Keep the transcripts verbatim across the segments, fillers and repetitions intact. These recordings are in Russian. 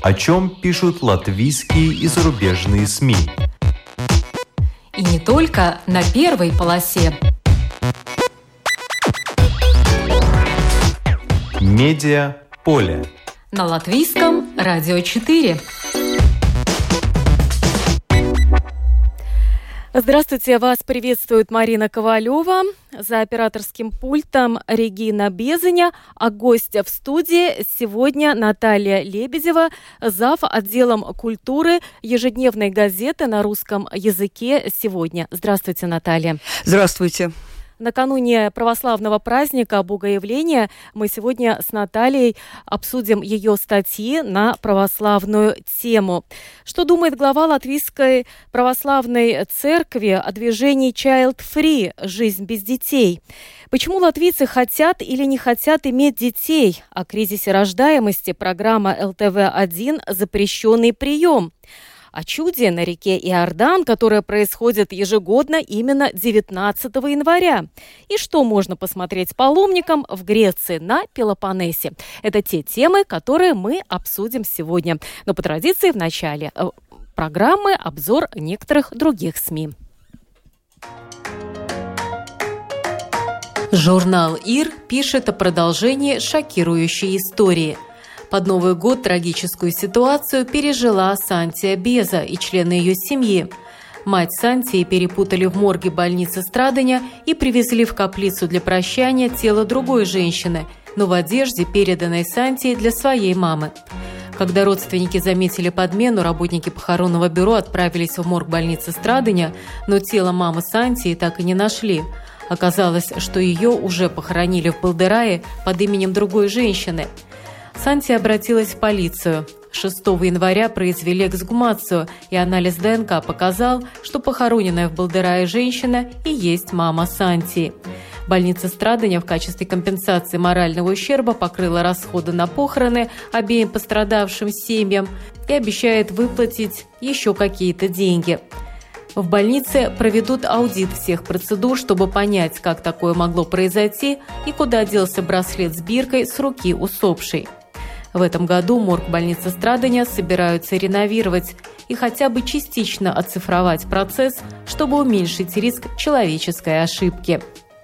О чем пишут латвийские и зарубежные СМИ. И не только на первой полосе. Медиаполе. На Латвийском радио четыре. Здравствуйте, вас приветствует Марина Ковалева, за операторским пультом Регина Безаня, а гостья в студии сегодня Наталья Лебедева, зав. Отделом культуры ежедневной газеты на русском языке «Сегодня». Здравствуйте, Наталья. Здравствуйте. Накануне православного праздника Богоявления мы сегодня с Натальей обсудим ее статьи на православную тему. Что думает глава Латвийской православной церкви о движении Child Free «Жизнь без детей»? Почему латвийцы хотят или не хотят иметь детей? О кризисе рождаемости программа эл тэ вэ один «Запрещенный прием». О чуде на реке Иордан, которое происходит ежегодно именно девятнадцатого января. И что можно посмотреть паломникам в Греции на Пелопоннесе. Это те темы, которые мы обсудим сегодня. Но по традиции в начале программы обзор некоторых других СМИ. Журнал «Ир» пишет о продолжении шокирующей истории. Под Новый год трагическую ситуацию пережила Сантия Беза и члены ее семьи. Мать Сантии перепутали в морге больницы Страдания и привезли в каплицу для прощания тело другой женщины, но в одежде, переданной Сантии для своей мамы. Когда родственники заметили подмену, работники похоронного бюро отправились в морг больницы Страдания, но тело мамы Сантии так и не нашли. Оказалось, что ее уже похоронили в Балдерае под именем другой женщины. Сантия обратилась в полицию. шестого января произвели эксгумацию, и анализ дэ эн ка показал, что похороненная в Балдерае женщина и есть мама Сантии. Больница Страдания в качестве компенсации морального ущерба покрыла расходы на похороны обеим пострадавшим семьям и обещает выплатить еще какие-то деньги. В больнице проведут аудит всех процедур, чтобы понять, как такое могло произойти и куда делся браслет с биркой с руки усопшей. В этом году морг больницы Страдания собираются реновировать и хотя бы частично оцифровать процесс, чтобы уменьшить риск человеческой ошибки.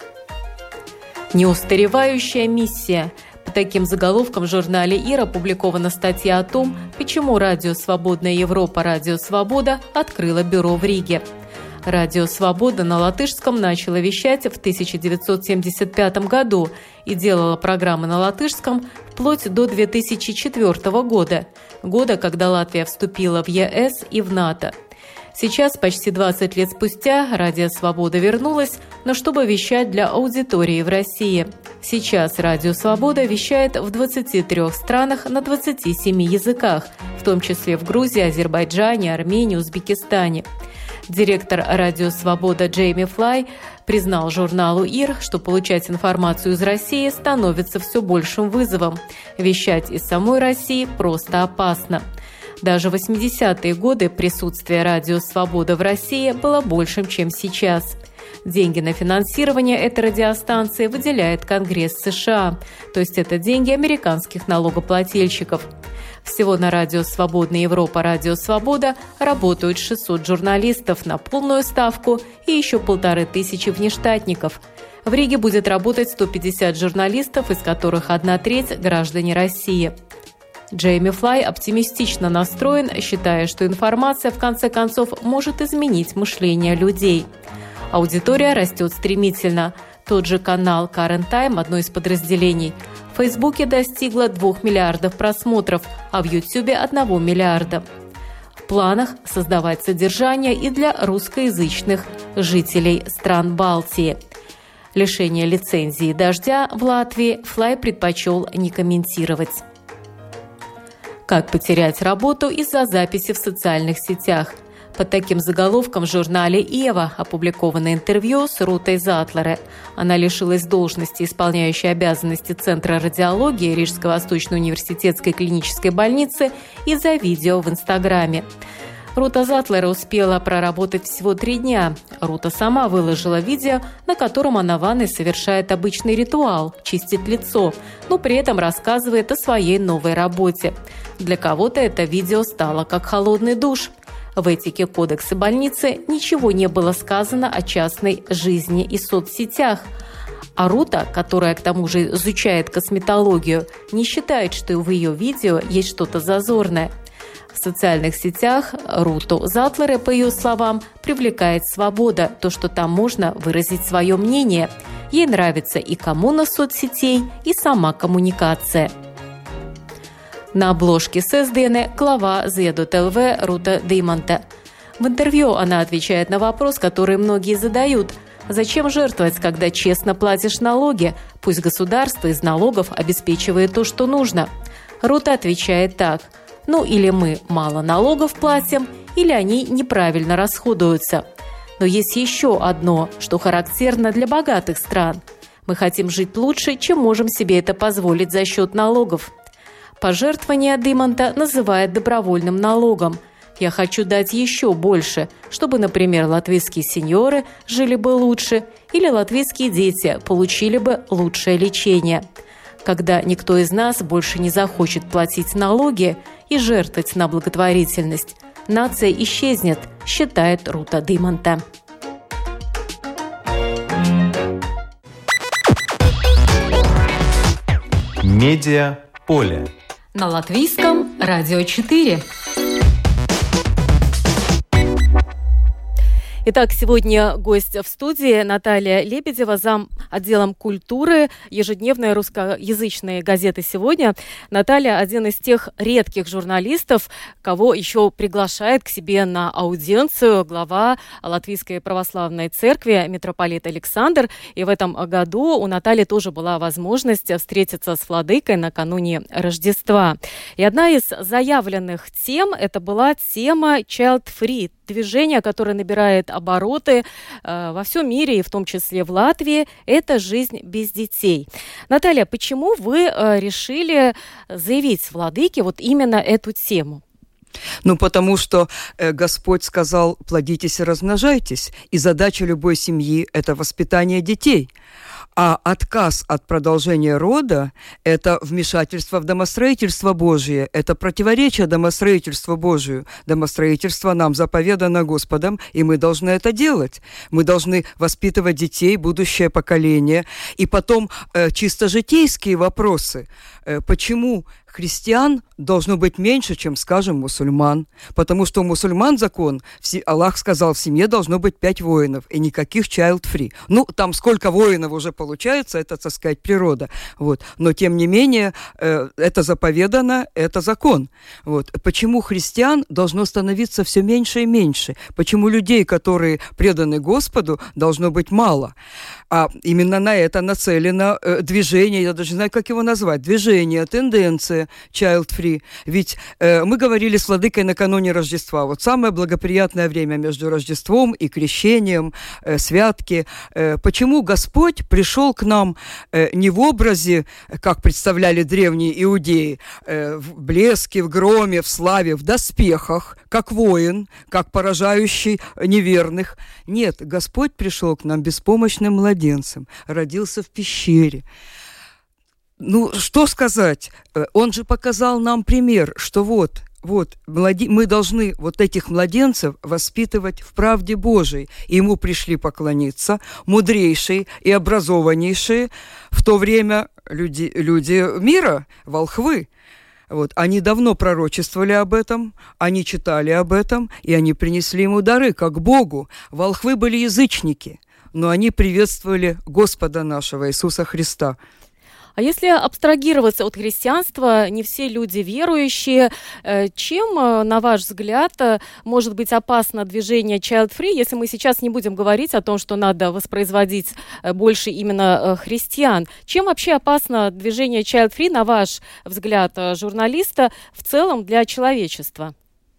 Неустаревающая миссия. По таким заголовкам в журнале «Ир» опубликована статья о том, почему радио «Свободная Европа» «Радио Свобода» открыло бюро в Риге. Радио «Свобода» на латышском начало вещать в тысяча девятьсот семьдесят пятом году и делало программы на латышском вплоть до две тысячи четвёртого года, года, когда Латвия вступила в е эс и в НАТО. Сейчас, почти двадцать лет спустя, Радио «Свобода» вернулась, но чтобы вещать для аудитории в России. Сейчас Радио «Свобода» вещает в двадцати трёх странах на двадцати семи языках, в том числе в Грузии, Азербайджане, Армении, Узбекистане. Директор «Радио Свобода» Джейми Флай признал журналу «Ир», что получать информацию из России становится все большим вызовом. Вещать из самой России просто опасно. Даже в восьмидесятые годы присутствие «Радио Свобода» в России было большим, чем сейчас. Деньги на финансирование этой радиостанции выделяет Конгресс США, то есть это деньги американских налогоплательщиков. Всего на радио «Свободная Европа», «Радио Свобода» работают шестьсот журналистов на полную ставку и еще полторы тысячи внештатников. В Риге будет работать сто пятьдесят журналистов, из которых одна треть – граждане России. Джейми Флай оптимистично настроен, считая, что информация в конце концов может изменить мышление людей. Аудитория растет стремительно. Тот же канал Current Time, одно из подразделений, в Фейсбуке достигла двух миллиардов просмотров, а в Ютьюбе – одного миллиарда. В планах создавать содержание и для русскоязычных жителей стран Балтии. Лишение лицензии «Дождя» в Латвии Флай предпочел не комментировать. Как потерять работу из-за записи в социальных сетях? Под таким заголовком в журнале «Ева» опубликовано интервью с Рутой Затлере. Она лишилась должности, исполняющей обязанности Центра радиологии Рижско-Восточной университетской клинической больницы, из-за видео в Инстаграме. Рута Затлер успела проработать всего три дня. Рута сама выложила видео, на котором она в ванной совершает обычный ритуал – чистит лицо, но при этом рассказывает о своей новой работе. Для кого-то это видео стало как холодный душ. В этике кодекса больницы ничего не было сказано о частной жизни и соцсетях. А Рута, которая к тому же изучает косметологию, не считает, что в ее видео есть что-то зазорное. В социальных сетях Руту Затлер, по ее словам, привлекает свобода, то, что там можно выразить свое мнение. Ей нравится и коммуна соцсетей, и сама коммуникация. На обложке Сездене глава Зедот.ЛВ Рута Дейманта. В интервью она отвечает на вопрос, который многие задают. Зачем жертвовать, когда честно платишь налоги? Пусть государство из налогов обеспечивает то, что нужно. Рута отвечает так. Ну, или мы мало налогов платим, или они неправильно расходуются. Но есть еще одно, что характерно для богатых стран. Мы хотим жить лучше, чем можем себе это позволить за счет налогов. Пожертвование Дейманта называют добровольным налогом. Я хочу дать еще больше, чтобы, например, латвийские сеньоры жили бы лучше, или латвийские дети получили бы лучшее лечение. Когда никто из нас больше не захочет платить налоги и жертвовать на благотворительность, нация исчезнет, считает Рута Дейманта. Медиа поле. На латвийском радио четыре. Итак, сегодня гость в студии Наталья Лебедева, зам отделом культуры ежедневной русскоязычной газеты «Сегодня». Наталья – один из тех редких журналистов, кого еще приглашает к себе на аудиенцию глава Латвийской православной церкви митрополит Александр. И в этом году у Натальи тоже была возможность встретиться с владыкой накануне Рождества. И одна из заявленных тем – это была тема «Child Free», движение, которое набирает обороты э, во всем мире, и в том числе в Латвии, это жизнь без детей. Наталья, почему вы э, решили заявить владыке вот именно эту тему? Ну, потому что э, Господь сказал: плодитесь и размножайтесь, и задача любой семьи – это воспитание детей. А отказ от продолжения рода – это вмешательство в домостроительство Божие, это противоречие домостроительству Божию. Домостроительство нам заповедано Господом, и мы должны это делать. Мы должны воспитывать детей, будущее поколение. И потом э, чисто житейские вопросы. Э, почему христиан должно быть меньше, чем, скажем, мусульман? Потому что у мусульман закон, Аллах сказал, в семье должно быть пять воинов, и никаких child-free. Ну, там сколько воинов уже получается, это, так сказать, природа. Вот. Но, тем не менее, э, это заповедано, это закон. Вот. Почему христиан должно становиться все меньше и меньше? Почему людей, которые преданы Господу, должно быть мало? А именно на это нацелено э, движение, я даже не знаю, как его назвать, движение, тенденция child-free. Ведь э, мы говорили с владыкой накануне Рождества. Вот самое благоприятное время между Рождеством и крещением, э, святки. Э, почему Господь пришел к нам э, не в образе, как представляли древние иудеи, э, в блеске, в громе, в славе, в доспехах, как воин, как поражающий неверных. Нет, Господь пришел к нам беспомощным младенцем, родился в пещере. Ну, что сказать? Он же показал нам пример, что вот, вот, млади... мы должны вот этих младенцев воспитывать в правде Божией. И ему пришли поклониться мудрейшие и образованнейшие в то время люди, люди мира, волхвы. Вот. Они давно пророчествовали об этом, они читали об этом, и они принесли ему дары, как Богу. Волхвы были язычники, но они приветствовали Господа нашего Иисуса Христа. А если абстрагироваться от христианства, не все люди верующие, чем, на ваш взгляд, может быть опасно движение child-free, если мы сейчас не будем говорить о том, что надо воспроизводить больше именно христиан? Чем вообще опасно движение child-free, на ваш взгляд, журналиста, в целом для человечества?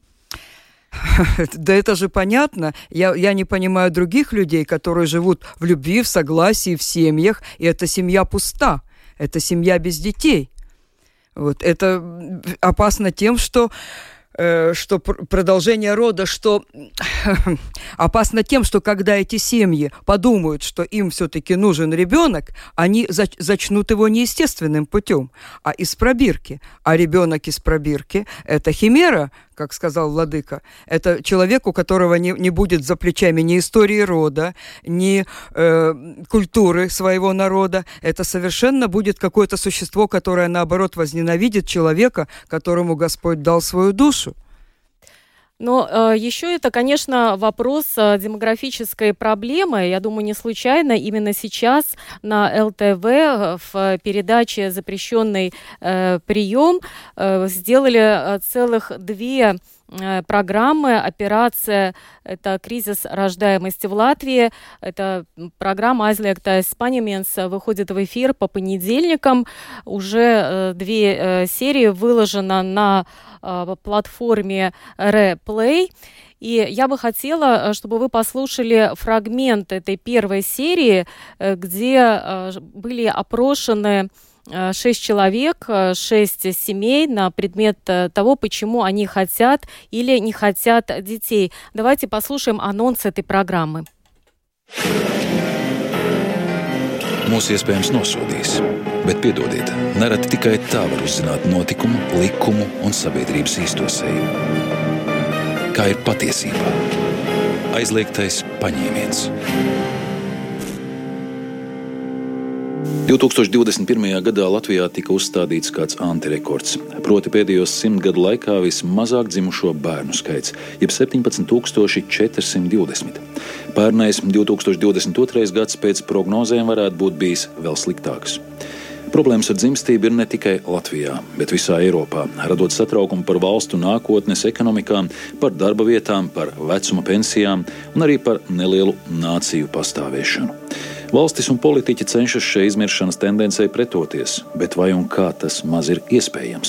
Да это же понятно. Я, я не понимаю других людей, которые живут в любви, в согласии, в семьях, и эта семья пуста. Это семья без детей. Вот. Это опасно тем, что что продолжение рода, что опасно тем, что когда эти семьи подумают, что им все-таки нужен ребенок, они зачнут его не естественным путем, а из пробирки. А ребенок из пробирки – это химера, как сказал владыка. Это человек, у которого не, не будет за плечами ни истории рода, ни э, культуры своего народа. Это совершенно будет какое-то существо, которое, наоборот, возненавидит человека, которому Господь дал свою душу. Но э, еще это, конечно, вопрос э, демографической проблемы. Я думаю, не случайно именно сейчас на эл тэ вэ в передаче «Запрещенный э, прием» э, сделали целых две программы. Операция – это кризис рождаемости в Латвии. Это программа «Aizliegtais paņēmiens» выходит в эфир по понедельникам. Уже две серии выложено на платформе Replay. И я бы хотела, чтобы вы послушали фрагмент этой первой серии, где были опрошены шесть человек, шесть семей на предмет того, почему они хотят или не хотят детей. Давайте послушаем анонс этой программы. Mūs iespējams nosodīs, bet piedodiet, nereti tikai tā var uzzināt notikumu, likumu un sabiedrības īsto seju. Kā ir patiesībā? Aizliegtais paņēmiens. divtūkstoš divdesmit pirmajā gadā Latvijā tika uzstādīts kāds antirekords, proti pēdējos simt gadu laikā vismazāk dzimušo bērnu skaits, jeb septiņpadsmit tūkstoši četri simti divdesmit. Pērnais divtūkstoš divdesmit otrais gads pēc prognozēm varētu būt bijis vēl sliktāks. Problēmas ar dzimstību ir ne tikai Latvijā, bet visā Eiropā, radot satraukumu par valstu nākotnes ekonomikām, par darba vietām, par vecuma pensijām un arī par nelielu nāciju pastāvēšanu. Valstis un politiķi cenšas šai izmiršanas tendencei pretoties, bet vai un kā tas maz ir iespējams?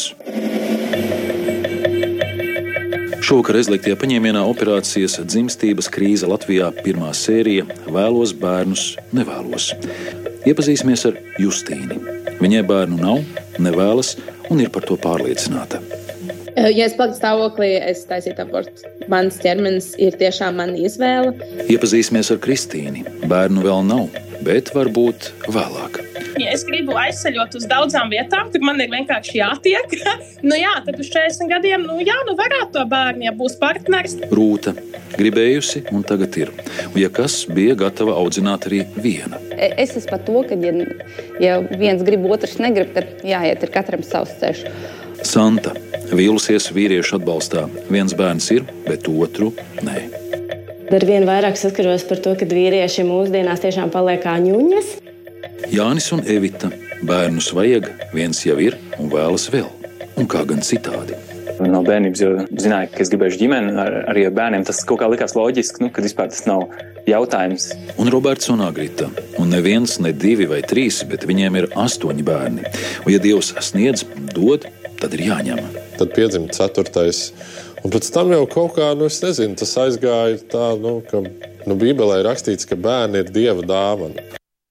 Šovakar aizliegtajā paņēmienā operācijas dzimstības krīze Latvijā pirmā sērija Vēlos bērnus, nevēlos. Iepazīsimies ar Justīni. Viņai bērnu nav, nevēlas un ir par to pārliecināta. Ja es paliktu stāvoklī, es taisītu abortu. Mans ķermenis ir tiešām mana izvēle. Iepazīsimies ar Kristīni. Bērnu vēl nav, bet varbūt vēlāk. Ja es gribu aizceļot uz daudzām vietām, tad man ir vienkārši jātiek. nu jā, tad uz četrdesmit gadiem, nu jā, nu varētu to bērnu, ja būs partneris. Rūta. Gribējusi un tagad ir. Un ja kas, bija gatava audzināt arī viena. Es esmu par to, ka ja, ja viens grib, otrs negrib, tad jāiet ir katram savs ceļš. Santa. Vīlusies vīriešu atbalstā. Viens bērns ir, bet otru nē. Arvien vairāk saskaros par to, ka vīrieši mūsdienās tiešām paliek kā ņuņas. Jānis un Evita. Bērnus vajag, viens jau ir un vēlas vēl. Un kā gan citādi. No bērnības jau zināju, ka es gribēšu ģimeni ar, arī ar bērniem. Tas kaut kā likās loģiski, nu, kad vispār tas nav jautājums. Un Roberts un Agrita. Un neviens, ne divi vai trīs, bet viņiem ir astoņi bērni. Un ja Dievs sniedz, dod, tad ir jāņem. Tad piedzima ceturtais. Un pēc tam jau kaut kā, nu es nezinu, tas aizgāja tā, nu, ka nu, Bībelē ir rakstīts, ka bērni ir Dieva dāvana.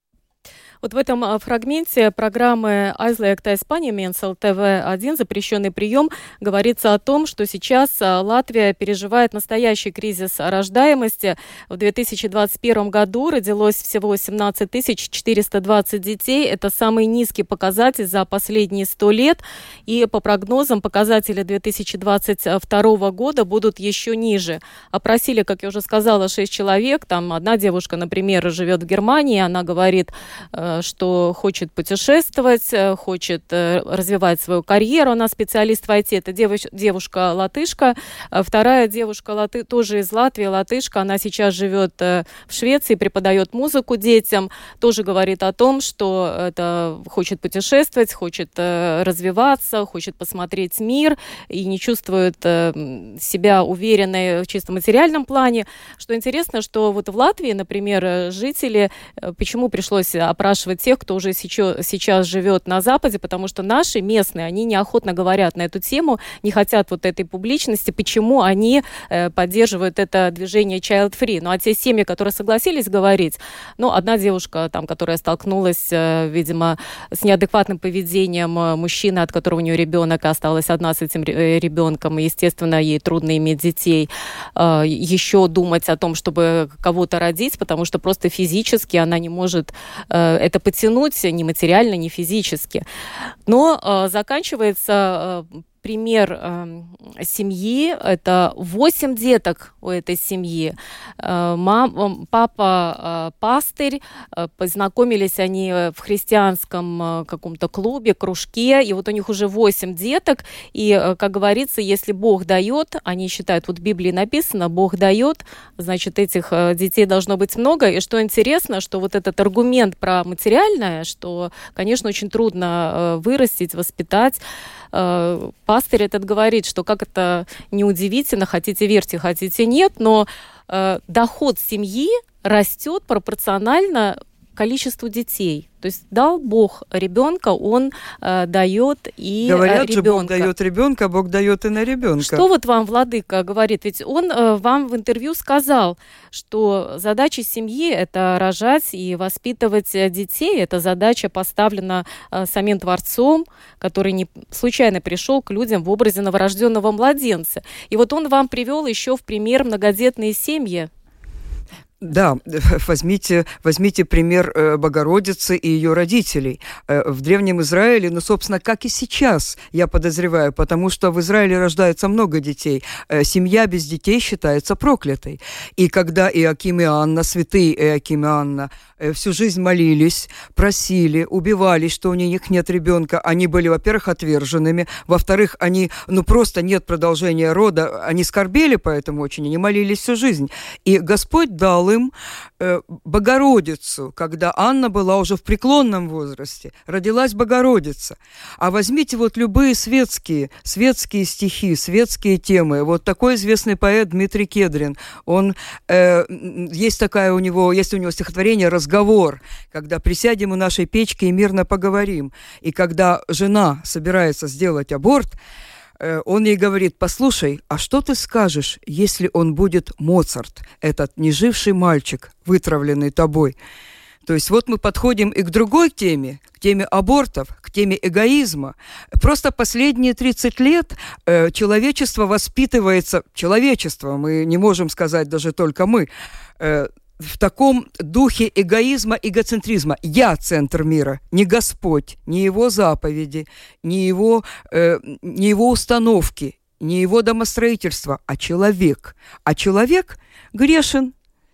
Вот в этом фрагменте программы «Aizliegtais paņēmiens» эл тэ вэ один «Запрещенный прием» говорится о том, что сейчас Латвия переживает настоящий кризис рождаемости. В две тысячи двадцать первом году родилось всего семнадцать тысяч четыреста двадцать детей. Это самый низкий показатель за последние сто лет. И по прогнозам показатели две тысячи двадцать второго года будут еще ниже. Опросили, как я уже сказала, шесть человек. Там одна девушка, например, живет в Германии. Она говорит, что хочет путешествовать, хочет развивать свою карьеру. Она специалист в ай ти. Это девуш- девушка-латышка. Вторая девушка латы- тоже из Латвии, латышка. Она сейчас живет в Швеции, преподает музыку детям. Тоже говорит о том, что это хочет путешествовать, хочет развиваться, хочет посмотреть мир и не чувствует себя уверенной в чисто материальном плане. Что интересно, что вот в Латвии, например, жители, почему пришлось опрашивать спрашивать тех, кто уже сейчас, сейчас живет на Западе, потому что наши местные, они неохотно говорят на эту тему, не хотят вот этой публичности, почему они э, поддерживают это движение Child Free. Ну, а те семьи, которые согласились говорить, ну, одна девушка, там, которая столкнулась, э, видимо, с неадекватным поведением мужчины, от которого у нее ребенок, осталась одна с этим ребенком, и, естественно, ей трудно иметь детей, э, еще думать о том, чтобы кого-то родить, потому что просто физически она не может э, это потянуть, ни материально, ни физически. Но э, заканчивается э, пример э, семьи. Это восемь деток у этой семьи. Э, мам, папа э, пастырь. Э, познакомились они в христианском э, каком-то клубе, кружке. И вот у них уже восемь деток. И, э, как говорится, если Бог дает, они считают, вот в Библии написано, Бог дает, значит, этих э, детей должно быть много. И что интересно, что вот этот аргумент про материальное, что, конечно, очень трудно э, вырастить, воспитать. Э, Пастырь этот говорит, что как это неудивительно, хотите верьте, хотите нет, но э, доход семьи растет пропорционально количеству детей. То есть дал Бог ребенка, он э, дает и Говорят ребенка. же, Бог дает ребенка, Бог дает и на ребенка. Что вот вам владыка говорит? Ведь он э, вам в интервью сказал, что задача семьи – это рожать и воспитывать детей. Эта задача поставлена э, самим Творцом, который не случайно пришел к людям в образе новорожденного младенца. И вот он вам привел еще в пример многодетные семьи. Да, возьмите, возьмите пример Богородицы и ее родителей. В Древнем Израиле, ну, собственно, как и сейчас, я подозреваю, потому что в Израиле рождается много детей. Семья без детей считается проклятой. И когда Иоаким и Анна, святые Иоаким и Анна, всю жизнь молились, просили, убивались, что у них нет ребенка, они были, во-первых, отверженными, во-вторых, они, ну, просто нет продолжения рода, они скорбели поэтому очень, они молились всю жизнь. И Господь дал им э, Богородицу, когда Анна была уже в преклонном возрасте, родилась Богородица. А возьмите вот любые светские, светские стихи, светские темы. Вот такой известный поэт Дмитрий Кедрин, он, э, есть такая у него, есть у него стихотворение «Разговор», когда присядем у нашей печки и мирно поговорим. И когда жена собирается сделать аборт, он ей говорит: послушай, а что ты скажешь, если он будет Моцарт, этот неживший мальчик, вытравленный тобой? То есть вот мы подходим и к другой теме, к теме абортов, к теме эгоизма. Просто последние тридцать лет э, человечество воспитывается, человечество, мы не можем сказать даже только мы, э, в таком духе эгоизма, эгоцентризма. Я центр мира, не Господь, не Его заповеди, не Его, э, не его установки, не Его домостроительство, а человек. А человек грешен.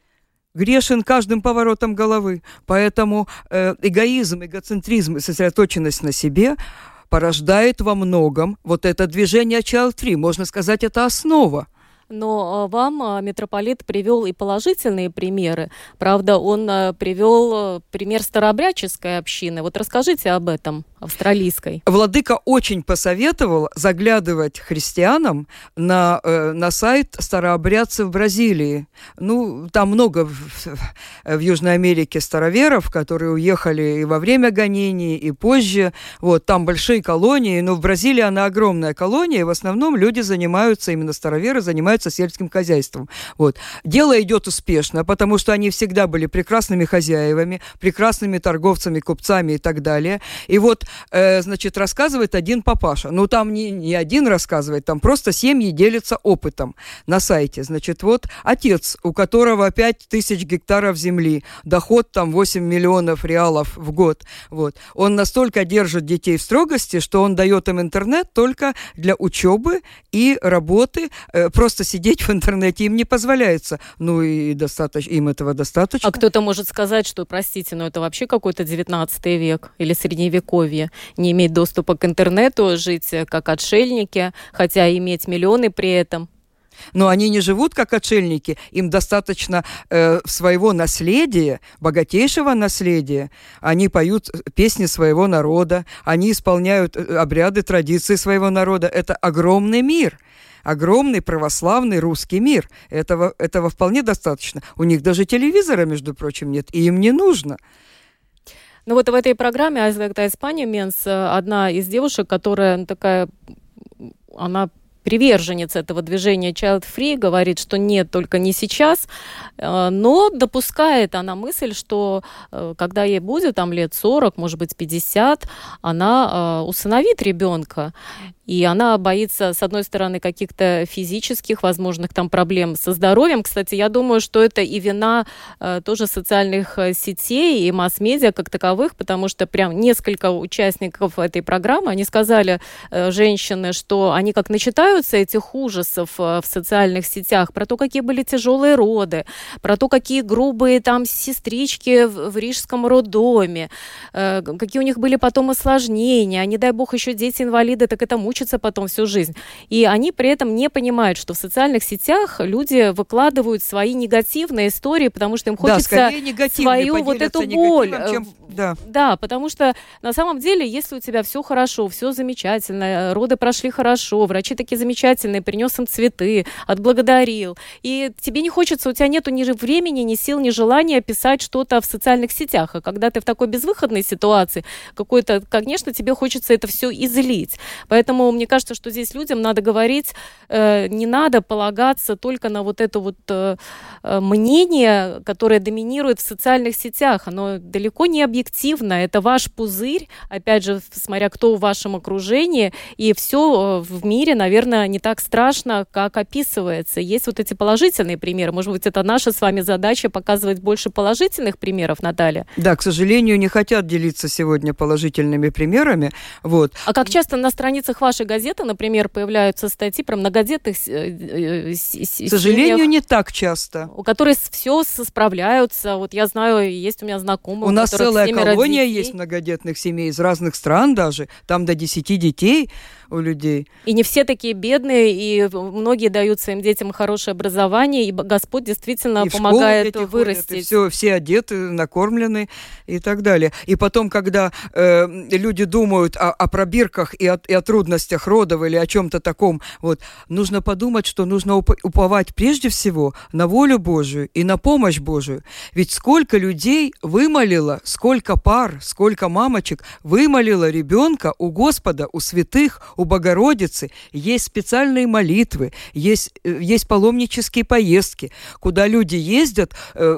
Грешен каждым поворотом головы. Поэтому э, эгоизм, эгоцентризм и сосредоточенность на себе порождает во многом вот это движение Child Free. Можно сказать, это основа. Но вам митрополит привел и положительные примеры. Правда, он привел пример старообрядческой общины. Вот расскажите об этом, австралийской. Владыка очень посоветовал заглядывать христианам на, э, на сайт старообрядцев Бразилии. Ну, там много в, в Южной Америке староверов, которые уехали и во время гонений, и позже. Вот, там большие колонии, но в Бразилии она огромная колония, и в основном люди занимаются, именно староверы, занимаются сельским хозяйством. Вот. Дело идет успешно, потому что они всегда были прекрасными хозяевами, прекрасными торговцами, купцами и так далее. И вот, э, значит, рассказывает один папаша. Ну, там не, не один рассказывает, там просто семьи делятся опытом на сайте. Значит, вот отец, у которого пять тысяч гектаров земли, доход там восемь миллионов реалов в год. Вот. Он настолько держит детей в строгости, что он дает им интернет только для учебы и работы, э, просто сидеть в интернете им не позволяется. Ну и достаточно, им этого достаточно. А кто-то может сказать, что, простите, но это вообще какой-то девятнадцатый век или средневековье. Не иметь доступа к интернету, жить как отшельники, хотя иметь миллионы при этом. Но они не живут как отшельники, им достаточно э, своего наследия, богатейшего наследия. Они поют песни своего народа, они исполняют обряды, традиции своего народа. Это огромный мир. Огромный православный русский мир. Этого, этого вполне достаточно. У них даже телевизора, между прочим, нет, и им не нужно. Ну вот в этой программе «Aizliegtā Espaņa-Mens» одна из девушек, которая ну, такая, она приверженец этого движения Child Free, говорит, что нет, только не сейчас, но допускает она мысль, что когда ей будет там лет сорок, может быть, пятьдесят, она усыновит ребенка. И она боится, с одной стороны, каких-то физических, возможных там проблем со здоровьем. Кстати, я думаю, что это и вина э, тоже социальных сетей и масс-медиа как таковых, потому что прям несколько участников этой программы, они сказали, э, женщины, что они как начитаются этих ужасов э, в социальных сетях, про то, какие были тяжелые роды, про то, какие грубые там сестрички в, в рижском роддоме, э, какие у них были потом осложнения, а не дай бог еще дети-инвалиды, так это мучаются потом всю жизнь. И они при этом не понимают, что в социальных сетях люди выкладывают свои негативные истории, потому что им хочется да, свою вот эту боль. Чем... Да. да, потому что на самом деле, если у тебя все хорошо, все замечательно, роды прошли хорошо, врачи такие замечательные, принес им цветы, отблагодарил, и тебе не хочется, у тебя нету ни времени, ни сил, ни желания писать что-то в социальных сетях. А когда ты в такой безвыходной ситуации, какой-то, конечно, тебе хочется это все излить. Поэтому мне кажется, что здесь людям надо говорить, э, не надо полагаться только на вот это вот э, мнение, которое доминирует в социальных сетях. Оно далеко не объективно. Это ваш пузырь, опять же, смотря кто в вашем окружении, и все в мире, наверное, не так страшно, как описывается. Есть вот эти положительные примеры. Может быть, это наша с вами задача показывать больше положительных примеров, Наталья? Да, к сожалению, не хотят делиться сегодня положительными примерами. Вот. А как часто на страницах вашей газеты, например, появляются статьи про многодетных семьях? К сожалению, не так часто. У которых все справляются. Вот я знаю, есть у меня знакомые. У нас целая колония есть многодетных семей из разных стран даже. Там до десяти детей у людей. И не все такие бедные, и многие дают своим детям хорошее образование, и Господь действительно и помогает вырастить. Ходят, и все, все одеты, накормлены и так далее. И потом, когда э, люди думают о, о пробирках и о, и о трудностях родов или о чем-то таком, вот, нужно подумать, что нужно уп- уповать прежде всего на волю Божию и на помощь Божию. Ведь сколько людей вымолило, сколько пар, сколько мамочек вымолило ребенка у Господа, у святых, у Богородицы. Есть специальные молитвы, есть, есть паломнические поездки, куда люди ездят э,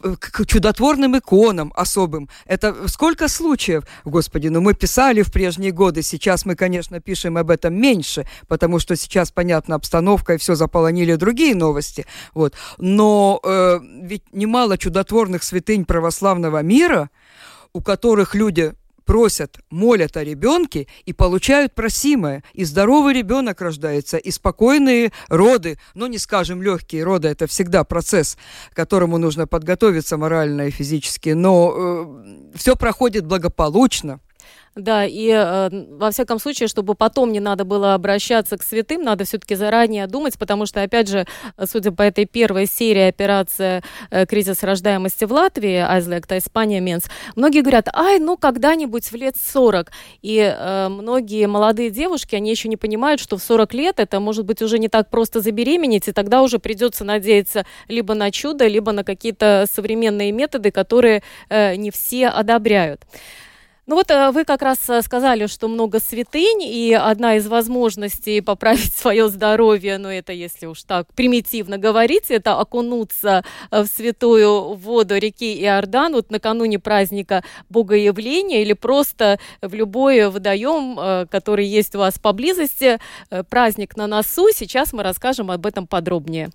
к чудотворным иконам особым. Это сколько случаев, Господи, ну мы писали в прежние годы, сейчас мы, конечно, пишем об этом меньше, потому что сейчас, понятно, обстановка и все заполонили другие новости. Вот. Но э, ведь немало чудотворных святынь православного мира, у которых люди просят, молят о ребенке и получают просимое. И здоровый ребенок рождается, и спокойные роды, ну, не скажем легкие роды, это всегда процесс, к которому нужно подготовиться морально и физически, но э, все проходит благополучно. Да, и э, во всяком случае, чтобы потом не надо было обращаться к святым, надо все-таки заранее думать, потому что, опять же, судя по этой первой серии операции э, «Кризис рождаемости в Латвии», «Aizliegtā Espaņa-Mens», многие говорят, ай, ну, когда-нибудь в лет сорок. И э, многие молодые девушки, они еще не понимают, что в сорок лет это может быть уже не так просто забеременеть, и тогда уже придется надеяться либо на чудо, либо на какие-то современные методы, которые э, не все одобряют. Ну вот вы как раз сказали, что много святынь, и одна из возможностей поправить свое здоровье, ну это если уж так примитивно говорить, это окунуться в святую воду реки Иордан вот накануне праздника Богоявления или просто в любой водоем, который есть у вас поблизости. Праздник на носу, сейчас мы расскажем об этом подробнее.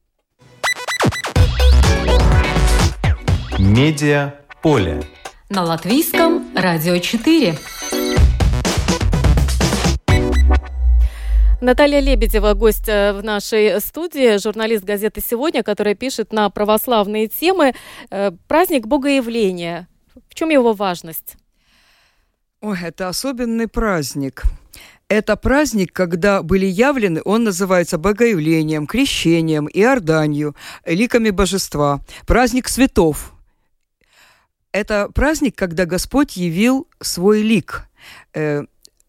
Медиаполе. На Латвийском радио четыре. Наталья Лебедева, гость в нашей студии, журналист газеты «Сегодня», которая пишет на православные темы. Праздник Богоявления. В чем его важность? Ой, это особенный праздник. Это праздник, когда были явлены, он называется Богоявлением, крещением, Иорданью, ликами божества. Праздник светов. Это праздник, когда Господь явил свой лик.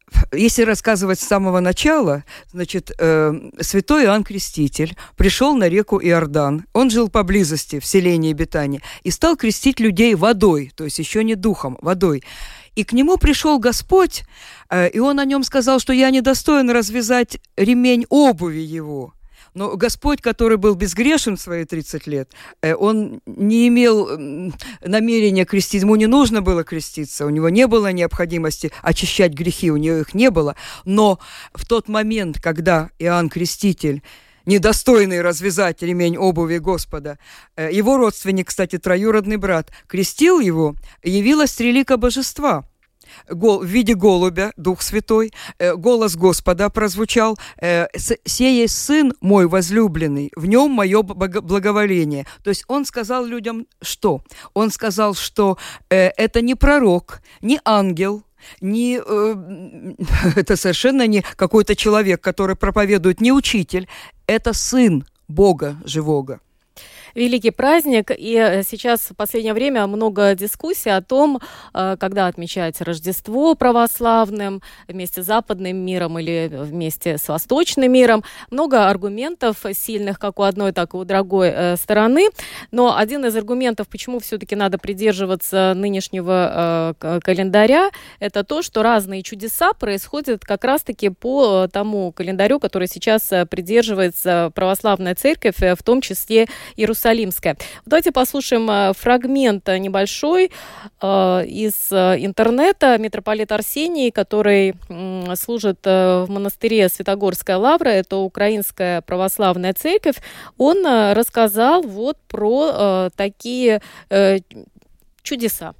если рассказывать с самого начала, значит, э, святой Иоанн Креститель пришел на реку Иордан. Он жил поблизости, в селении Бетания, и стал крестить людей водой, то есть еще не духом, водой. И к нему пришел Господь, э, и он о нем сказал, что я недостоин развязать ремень обуви его. Но Господь, который был безгрешен в свои тридцать лет, он не имел намерения крестить, ему не нужно было креститься, у него не было необходимости очищать грехи, у него их не было. Но в тот момент, когда Иоанн Креститель, недостойный развязать ремень обуви Господа, его родственник, кстати, троюродный брат, крестил его, явилась релика божества. В виде голубя, Дух Святой, голос Господа прозвучал: «Сей есть Сын мой возлюбленный, в нем мое благоволение». То есть он сказал людям что? Он сказал, что это не пророк, не ангел, не, это совершенно не какой-то человек, который проповедует, не учитель, это Сын Бога живого. Великий праздник, и сейчас в последнее время много дискуссий о том, когда отмечать Рождество православным вместе с западным миром или вместе с восточным миром. Много аргументов сильных как у одной, так и у другой стороны, но один из аргументов, почему все-таки надо придерживаться нынешнего календаря, это то, что разные чудеса происходят как раз-таки по тому календарю, который сейчас придерживается православная церковь, в том числе Иерусалимская. Давайте послушаем фрагмент небольшой э, из интернета. Митрополит Арсений, который э, служит э, в монастыре Святогорская Лавра, это украинская православная церковь, он э, рассказал вот про э, такие э, чудеса.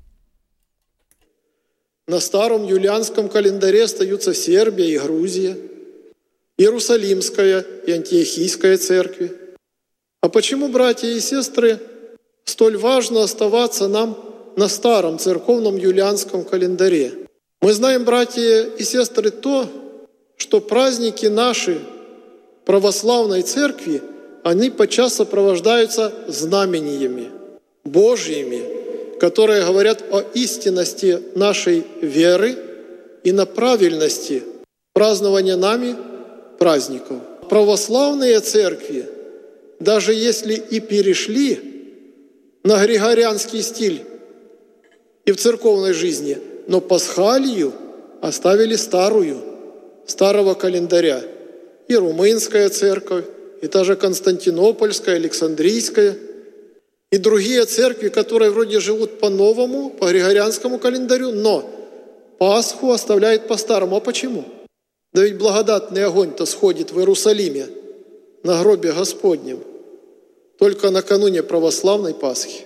На старом юлианском календаре остаются Сербия и Грузия, Иерусалимская и Антиохийская церкви. А почему, братья и сестры, столь важно оставаться нам на старом церковном юлианском календаре? Мы знаем, братья и сестры, то, что праздники наши православной церкви, они подчас сопровождаются знамениями Божьими, которые говорят о истинности нашей веры и на правильности празднования нами праздников. Православные церкви, даже если и перешли на григорианский стиль и в церковной жизни, но пасхалию оставили старую, старого календаря. И румынская церковь, и та же Константинопольская, Александрийская, и другие церкви, которые вроде живут по-новому, по григорианскому календарю, но Пасху оставляют по-старому. А почему? Да ведь благодатный огонь-то сходит в Иерусалиме на гробе Господнем только накануне православной Пасхи.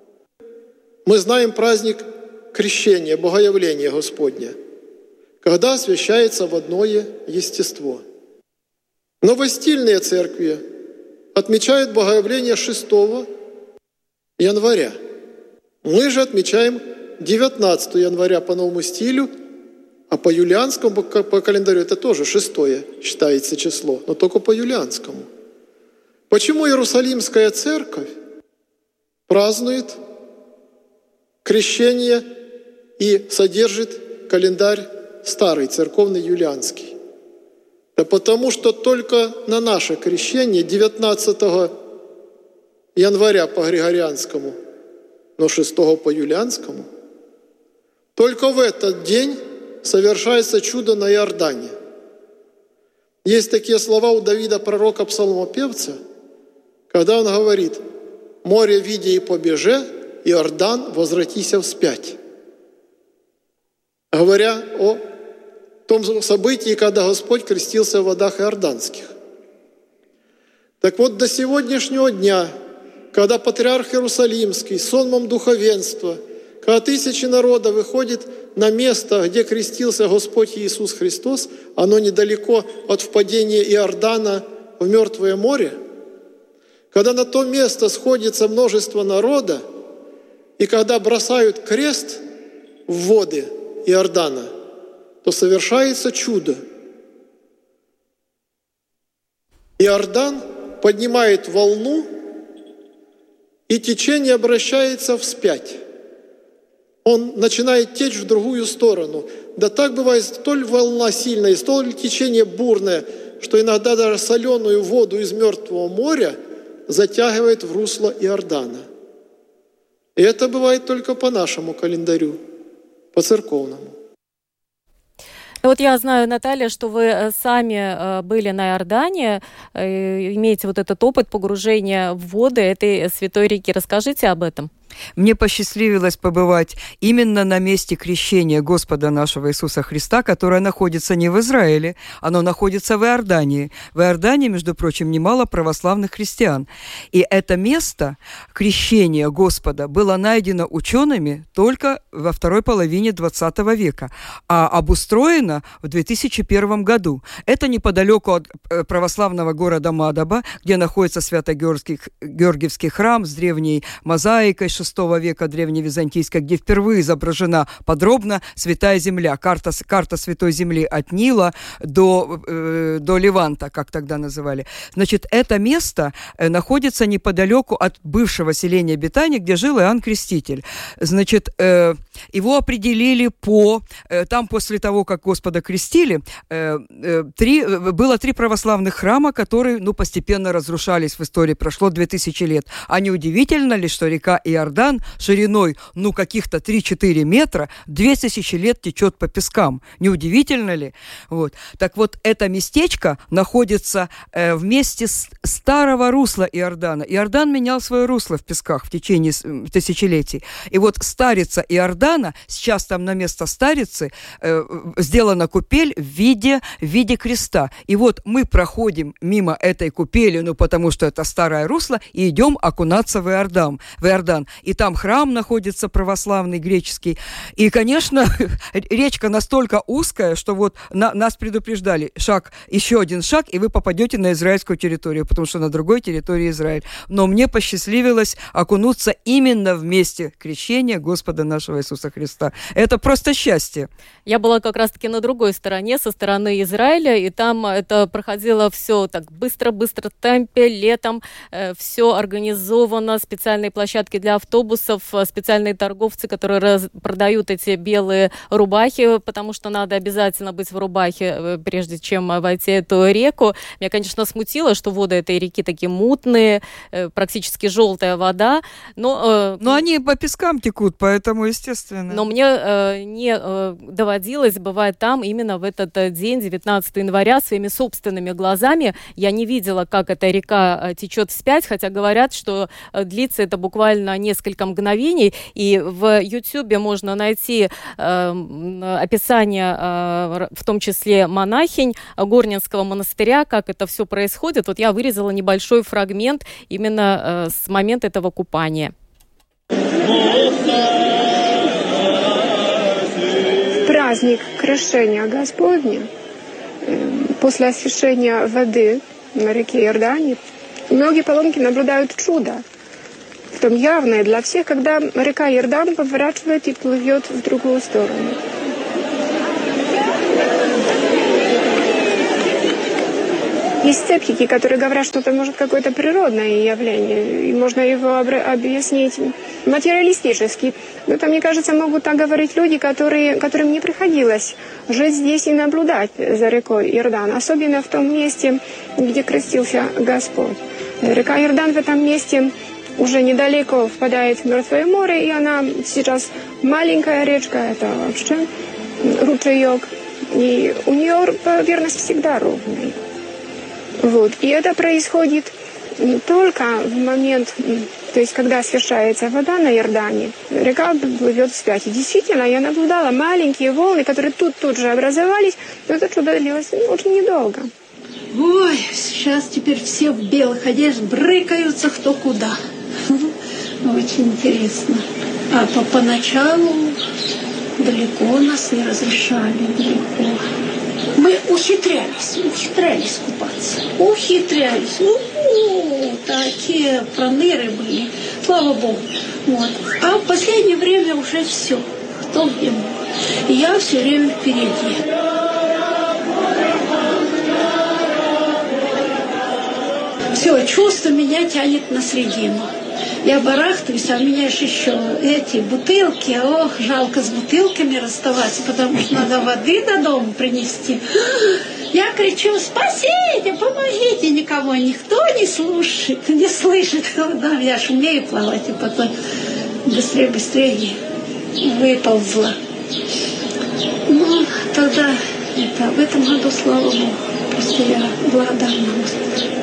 Мы знаем праздник крещения, богоявления Господня, когда освящается водное естество. Новостильные церкви отмечают богоявление шестого января. Мы же отмечаем девятнадцатого января по новому стилю, а по юлианскому, по календарю, это тоже шестое считается число, но только по юлианскому. Почему Иерусалимская церковь празднует крещение и содержит календарь старый, церковный, юлианский? Да потому что только на наше крещение девятнадцатого января по григорианскому, но шестого по юлианскому, только в этот день совершается чудо на Иордане. Есть такие слова у Давида, пророка, псалмопевца, когда он говорит: «Море видя и побеже, Иордан, возвратися вспять». Говоря о том событии, когда Господь крестился в водах иорданских. Так вот, до сегодняшнего дня, когда патриарх Иерусалимский, сонмом духовенства, когда тысячи народа выходят на место, где крестился Господь Иисус Христос, оно недалеко от впадения Иордана в Мертвое море, когда на то место сходится множество народа, и когда бросают крест в воды Иордана, то совершается чудо. Иордан поднимает волну, и течение обращается вспять. Он начинает течь в другую сторону. Да так бывает столь волна сильная, столь течение бурное, что иногда даже соленую воду из Мертвого моря затягивает в русло Иордана. И это бывает только по нашему календарю, по церковному. Вот я знаю, Наталья, что вы сами были на Иордане, имеете вот этот опыт погружения в воды этой святой реки. Расскажите об этом. Мне посчастливилось побывать именно на месте крещения Господа нашего Иисуса Христа, которое находится не в Израиле, оно находится в Иордании. В Иордании, между прочим, немало православных христиан. И это место крещения Господа было найдено учеными только во второй половине двадцатого века, а обустроено в две тысячи первом году. Это неподалеку от православного города Мадоба, где находится Свято-Георгиевский храм с древней мозаикой шестого века древневизантийской, где впервые изображена подробно Святая Земля, карта, карта Святой Земли от Нила до, э, до Леванта, как тогда называли. Значит, это место находится неподалеку от бывшего селения Бетания, где жил Иоанн Креститель. Значит, э, его определили по... Э, там после того, как Господа крестили, э, э, три, было три православных храма, которые ну, постепенно разрушались в истории. Прошло две тысячи лет. А неудивительно ли, что река Иордан шириной, ну, каких-то три-четыре метра, две тысячи лет течет по пескам. Неудивительно ли? Вот. Так вот, это местечко находится э, в месте с старого русла Иордана. Иордан менял свое русло в песках в течение тысячелетий. И вот старица Иордана, сейчас там на место старицы э, сделана купель в виде, в виде креста. И вот мы проходим мимо этой купели, ну, потому что это старое русло, и идем окунаться в Иордан. В Иордан. И там храм находится православный, греческий. И, конечно, речка настолько узкая, что вот на, нас предупреждали, шаг, еще один шаг, и вы попадете на израильскую территорию, потому что на другой территории Израиль. Но мне посчастливилось окунуться именно в месте крещения Господа нашего Иисуса Христа. Это просто счастье. Я была как раз-таки на другой стороне, со стороны Израиля, и там это проходило все так быстро-быстро в темпе, летом, э, все организовано, специальные площадки для автобусов, специальные торговцы, которые раз, продают эти белые рубахи, потому что надо обязательно быть в рубахе, прежде чем войти в эту реку. Меня, конечно, смутило, что воды этой реки такие мутные, практически желтая вода. Но, но они по пескам текут, поэтому естественно. Но мне э, не э, доводилось бывать там именно в этот день, девятнадцатого января, своими собственными глазами. Я не видела, как эта река течет вспять, хотя говорят, что длится это буквально несколько мгновений, и в Ютьюбе можно найти э, описание, э, в том числе монахинь Горненского монастыря, как это все происходит. Вот я вырезала небольшой фрагмент именно э, с момента этого купания. Праздник крещения Господня после освящения воды на реке Иордане многие паломники наблюдают чудо. В том явное для всех, когда река Иордан поворачивает и плывет в другую сторону. Есть скептики, которые говорят, что это может какое-то природное явление, и можно его объяснить материалистически. Но там, мне кажется, могут так говорить люди, которые, которым не приходилось жить здесь и наблюдать за рекой Иордан, особенно в том месте, где крестился Господь. Река Иордан в этом месте уже недалеко впадает в Мертвое море, и она сейчас маленькая речка, это вообще ручеек, и у нее поверхность всегда ровная. Вот. И это происходит не только в момент, то есть когда освещается вода на Иордане, река плывет вспять. И действительно, я наблюдала маленькие волны, которые тут тут же образовались, но это чудо длилось очень недолго. Ой, сейчас теперь все в белых одеждах брыкаются кто куда. Очень интересно. А по поначалу далеко нас не разрешали, далеко. Мы ухитрялись, ухитрялись купаться, ухитрялись. У-у-у, такие проныры были, слава Богу. Вот. А в последнее время уже все, кто где мог. И я все время впереди. Все, чувство меня тянет на средину. Я барахтаюсь, а у меня же еще эти бутылки. Ох, жалко с бутылками расставаться, потому что надо воды до дома принести. Я кричу: спасите, помогите, никого, никто не слушает, не слышит. Да, я ж умею плавать, и потом быстрее-быстрее выползла. Ну, тогда это, в этом году, слава Богу, просто я благодарна Господу.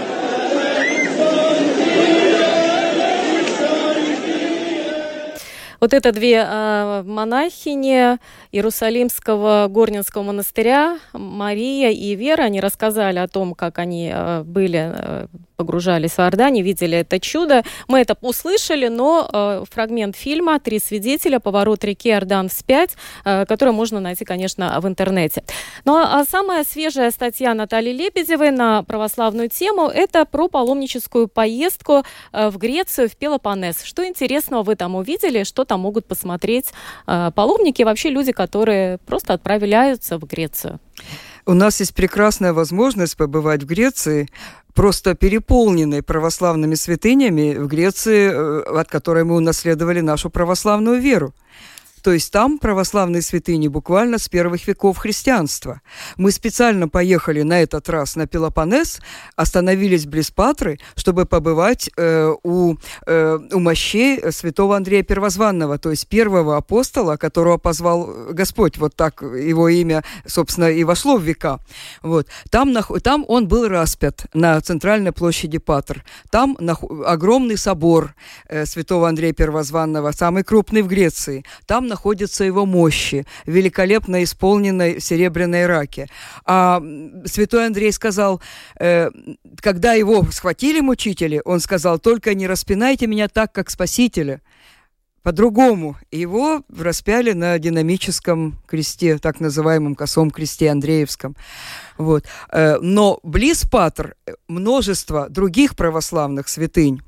Вот это две э, монахини Иерусалимского Горненского монастыря, Мария и Вера, они рассказали о том, как они э, были, э, погружались в Иордань, видели это чудо. Мы это услышали, но э, фрагмент фильма «Три свидетеля. Поворот реки Иордан вспять», э, который можно найти, конечно, в интернете. Ну а самая свежая статья Натальи Лебедевой на православную тему – это про паломническую поездку э, в Грецию, в Пелопоннес. Что интересного вы там увидели, что там могут посмотреть э, паломники и вообще люди, которые просто отправляются в Грецию? У нас есть прекрасная возможность побывать в Греции, просто переполненной православными святынями в Греции, от которой мы унаследовали нашу православную веру. То есть там православные святыни буквально с первых веков христианства. Мы специально поехали на этот раз на Пелопоннес, остановились близ Патры, чтобы побывать э, у, э, у мощей святого Андрея Первозванного, то есть первого апостола, которого позвал Господь. Вот так его имя, собственно, и вошло в века. Вот. Там, там он был распят на центральной площади Патр. Там огромный собор э, святого Андрея Первозванного, самый крупный в Греции. Там находятся его мощи, великолепно исполненной в серебряной раке. А святой Андрей сказал, э, когда его схватили мучители, он сказал: только не распинайте меня так, как Спасителя. По-другому. Его распяли на динамическом кресте, так называемом косом кресте Андреевском. Вот. Э, но близ Патр множество других православных святынь.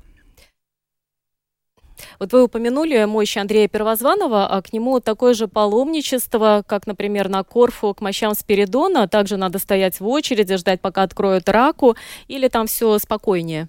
Вот вы упомянули мощи Андрея Первозванного, а к нему такое же паломничество, как, например, на Корфу к мощам Спиридона. Также надо стоять в очереди, ждать, пока откроют раку, или там все спокойнее?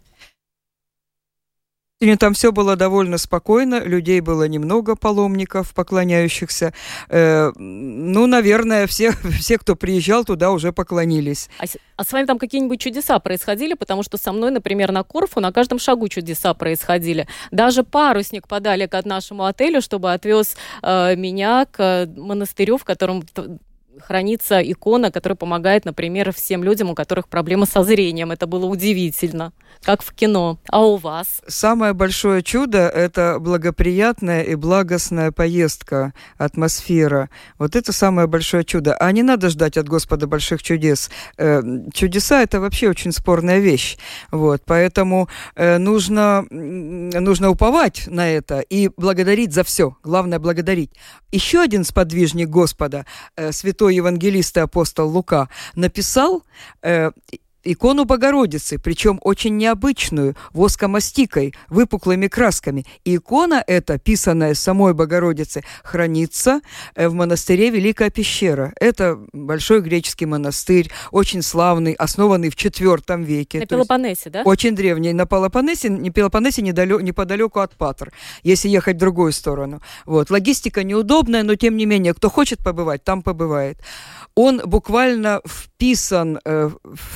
Там все было довольно спокойно, людей было немного, паломников, поклоняющихся. Э, ну, наверное, все, все, кто приезжал туда, уже поклонились. А, а с вами там какие-нибудь чудеса происходили? Потому что со мной, например, на Корфу на каждом шагу чудеса происходили. Даже парусник подали к нашему отелю, чтобы отвез э, меня к монастырю, в котором хранится икона, которая помогает, например, всем людям, у которых проблемы со зрением. Это было удивительно, как в кино. А у вас? Самое большое чудо – это благоприятная и благостная поездка, атмосфера. Вот это самое большое чудо. А не надо ждать от Господа больших чудес. Э, чудеса – это вообще очень спорная вещь. Вот. Поэтому э, нужно, нужно уповать на это и благодарить за все. Главное – благодарить. Еще один сподвижник Господа, э, святой евангелист и апостол Лука, написал э, икону Богородицы, причем очень необычную, воскомастикой, выпуклыми красками. И икона эта, писанная самой Богородицы, хранится в монастыре Великая Пещера. Это большой греческий монастырь, очень славный, основанный в четвертом веке. На Пелопоннесе, да? Очень древний. На Пелопоннесе, не Пелопоннесе недалек, неподалеку от Патр, если ехать в другую сторону. Вот. Логистика неудобная, но тем не менее, кто хочет побывать, там побывает. Он буквально вписан э,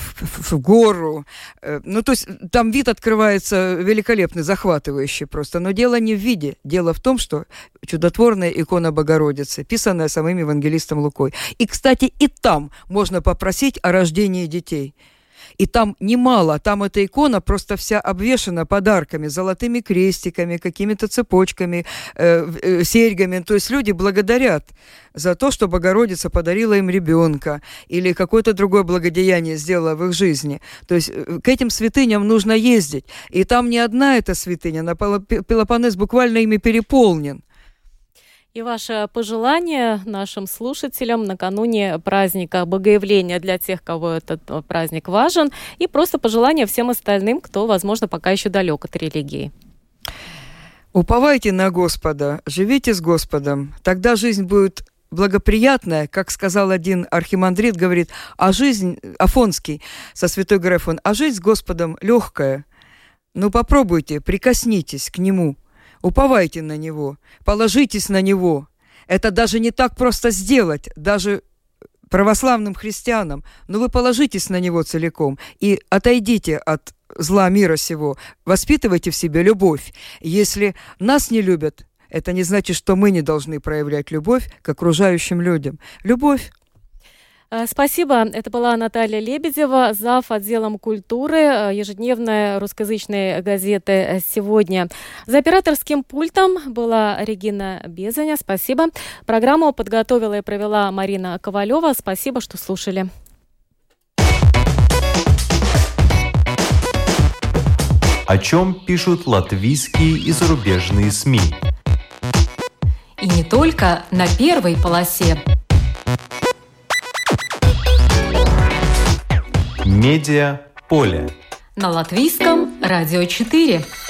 в, в гору. Э, ну, то есть там вид открывается великолепный, захватывающий просто. Но дело не в виде. Дело в том, что чудотворная икона Богородицы, писанная самим евангелистом Лукой. И, кстати, и там можно попросить о рождении детей. И там немало, там эта икона просто вся обвешана подарками, золотыми крестиками, какими-то цепочками, э, э, серьгами. То есть люди благодарят за то, что Богородица подарила им ребенка или какое-то другое благодеяние сделала в их жизни. То есть к этим святыням нужно ездить. И там не одна эта святыня, на Пелопоннес буквально ими переполнен. И ваше пожелание нашим слушателям накануне праздника Богоявления для тех, кого этот праздник важен, и просто пожелание всем остальным, кто, возможно, пока еще далек от религии. Уповайте на Господа, живите с Господом, тогда жизнь будет благоприятная, как сказал один архимандрит, говорит, а жизнь, Афонский со святой горы Афон, а жизнь с Господом легкая. Ну попробуйте, прикоснитесь к Нему. Уповайте на Него, положитесь на Него. Это даже не так просто сделать, даже православным христианам, но вы положитесь на Него целиком и отойдите от зла мира сего, воспитывайте в себе любовь. Если нас не любят, это не значит, что мы не должны проявлять любовь к окружающим людям. Любовь. Спасибо. Это была Наталья Лебедева, зав. Отделом культуры ежедневной русскоязычной газеты «Сегодня». За операторским пультом была Регина Безаня. Спасибо. Программу подготовила и провела Марина Ковалева. Спасибо, что слушали. О чем пишут латвийские и зарубежные СМИ? И не только на первой полосе. Медиа поле. На Латвийском радио четыре.